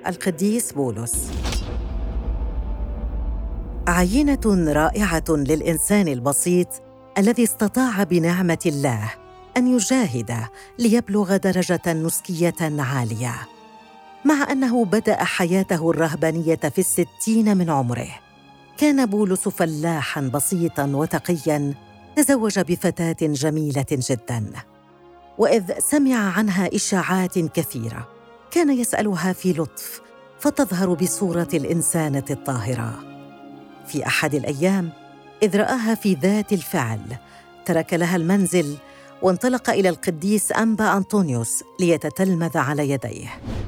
القديس بولس. عينة رائعة للإنسان البسيط الذي استطاع بنعمة الله أن يجاهد ليبلغ درجة نسكية عالية. مع أنه بدأ حياته الرهبانية في 60 من عمره، كان بولس فلاحاً بسيطاً وتقياً، تزوج بفتاة جميلة جداً. وإذ سمع عنها إشاعات كثيرة، كان يسألها في لطف فتظهر بصورة الإنسانة الطاهرة. في أحد الأيام، إذ رآها في ذات الفعل، ترك لها المنزل وانطلق إلى القديس أنبا أنطونيوس ليتتلمذ على يديه.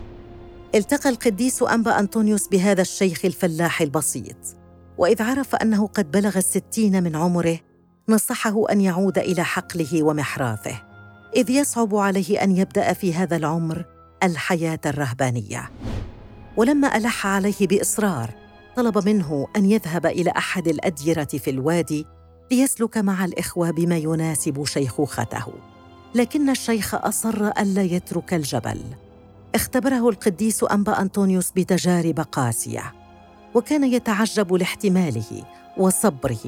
التقى القديس أنبا أنطونيوس بهذا الشيخ الفلاح البسيط، وإذ عرف أنه قد بلغ 60 من عمره، نصحه أن يعود إلى حقله ومحراثه، إذ يصعب عليه أن يبدأ في هذا العمر الحياة الرهبانية. ولما ألح عليه بإصرار، طلب منه أن يذهب إلى أحد الأديرة في الوادي ليسلك مع الإخوة بما يناسب شيخوخته. لكن الشيخ أصر ألا يترك الجبل. اختبره القديس أنبا أنطونيوس بتجارب قاسية، وكان يتعجب لاحتماله وصبره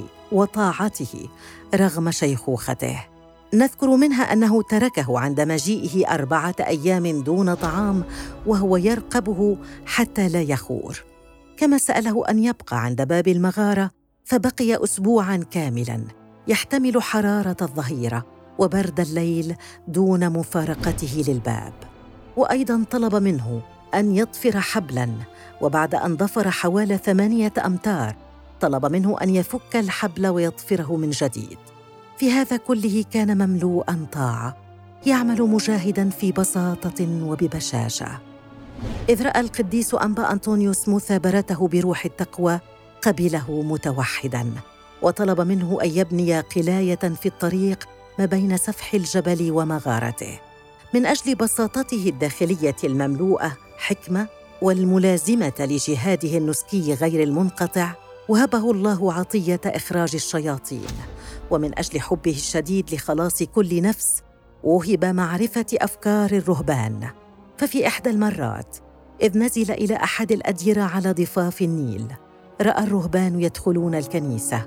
وطاعته رغم شيخوخته. نذكر منها أنه تركه عند مجيئه 4 أيام دون طعام وهو يرقبه حتى لا يخور، كما سأله أن يبقى عند باب المغارة، فبقي أسبوعاً كاملاً يحتمل حرارة الظهيرة وبرد الليل دون مفارقته للباب. وأيضاً طلب منه أن يضفر حبلاً، وبعد أن ضفر حوالي 8 أمتار طلب منه أن يفك الحبل ويضفره من جديد. في هذا كله كان مملوءاً طاعة، يعمل مجاهداً في بساطة وببشاشة. إذ رأى القديس أنبا أنطونيوس مثابرته بروح التقوى، قبله متوحداً، وطلب منه أن يبني قلاية في الطريق ما بين سفح الجبل ومغارته. من أجل بساطته الداخلية المملوءة حكمة والملازمة لجهاده النسكي غير المنقطع، وهبه الله عطية إخراج الشياطين. ومن أجل حبه الشديد لخلاص كل نفس، وهب معرفة أفكار الرهبان. ففي إحدى المرات، إذ نزل إلى أحد الأديرة على ضفاف النيل، رأى الرهبان يدخلون الكنيسة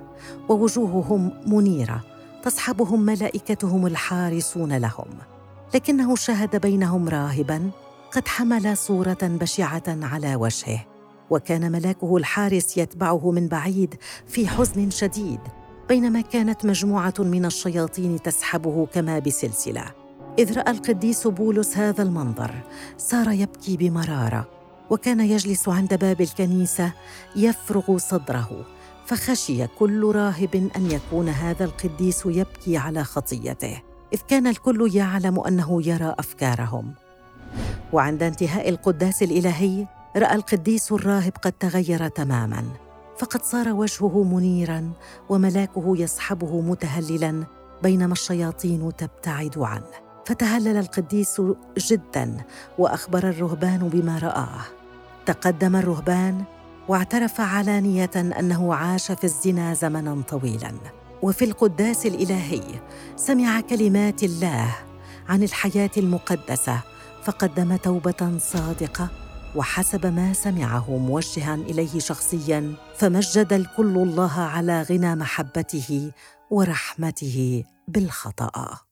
ووجوههم منيرة، تصحبهم ملائكتهم الحارسون لهم. لكنه شاهد بينهم راهباً قد حمل صورة بشعة على وجهه، وكان ملاكه الحارس يتبعه من بعيد في حزن شديد، بينما كانت مجموعة من الشياطين تسحبه كما بسلسلة. إذ رأى القديس بولس هذا المنظر، صار يبكي بمرارة، وكان يجلس عند باب الكنيسة يفرغ صدره، فخشي كل راهب أن يكون هذا القديس يبكي على خطيته، إذ كان الكل يعلم أنه يرى أفكارهم. وعند انتهاء القداس الإلهي، رأى القديس الراهب قد تغير تماماً، فقد صار وجهه منيراً وملاكه يصحبه متهللاً، بينما الشياطين تبتعد عنه. فتهلل القديس جداً وأخبر الرهبان بما رآه. تقدم الرهبان واعترف علانية أنه عاش في الزنا زمناً طويلاً. وفي القداس الإلهي سمع كلمات الله عن الحياة المقدسة، فقدم توبة صادقة وحسب ما سمعه موجهاً إليه شخصياً، فمجد الكل الله على غنى محبته ورحمته بالخطأ.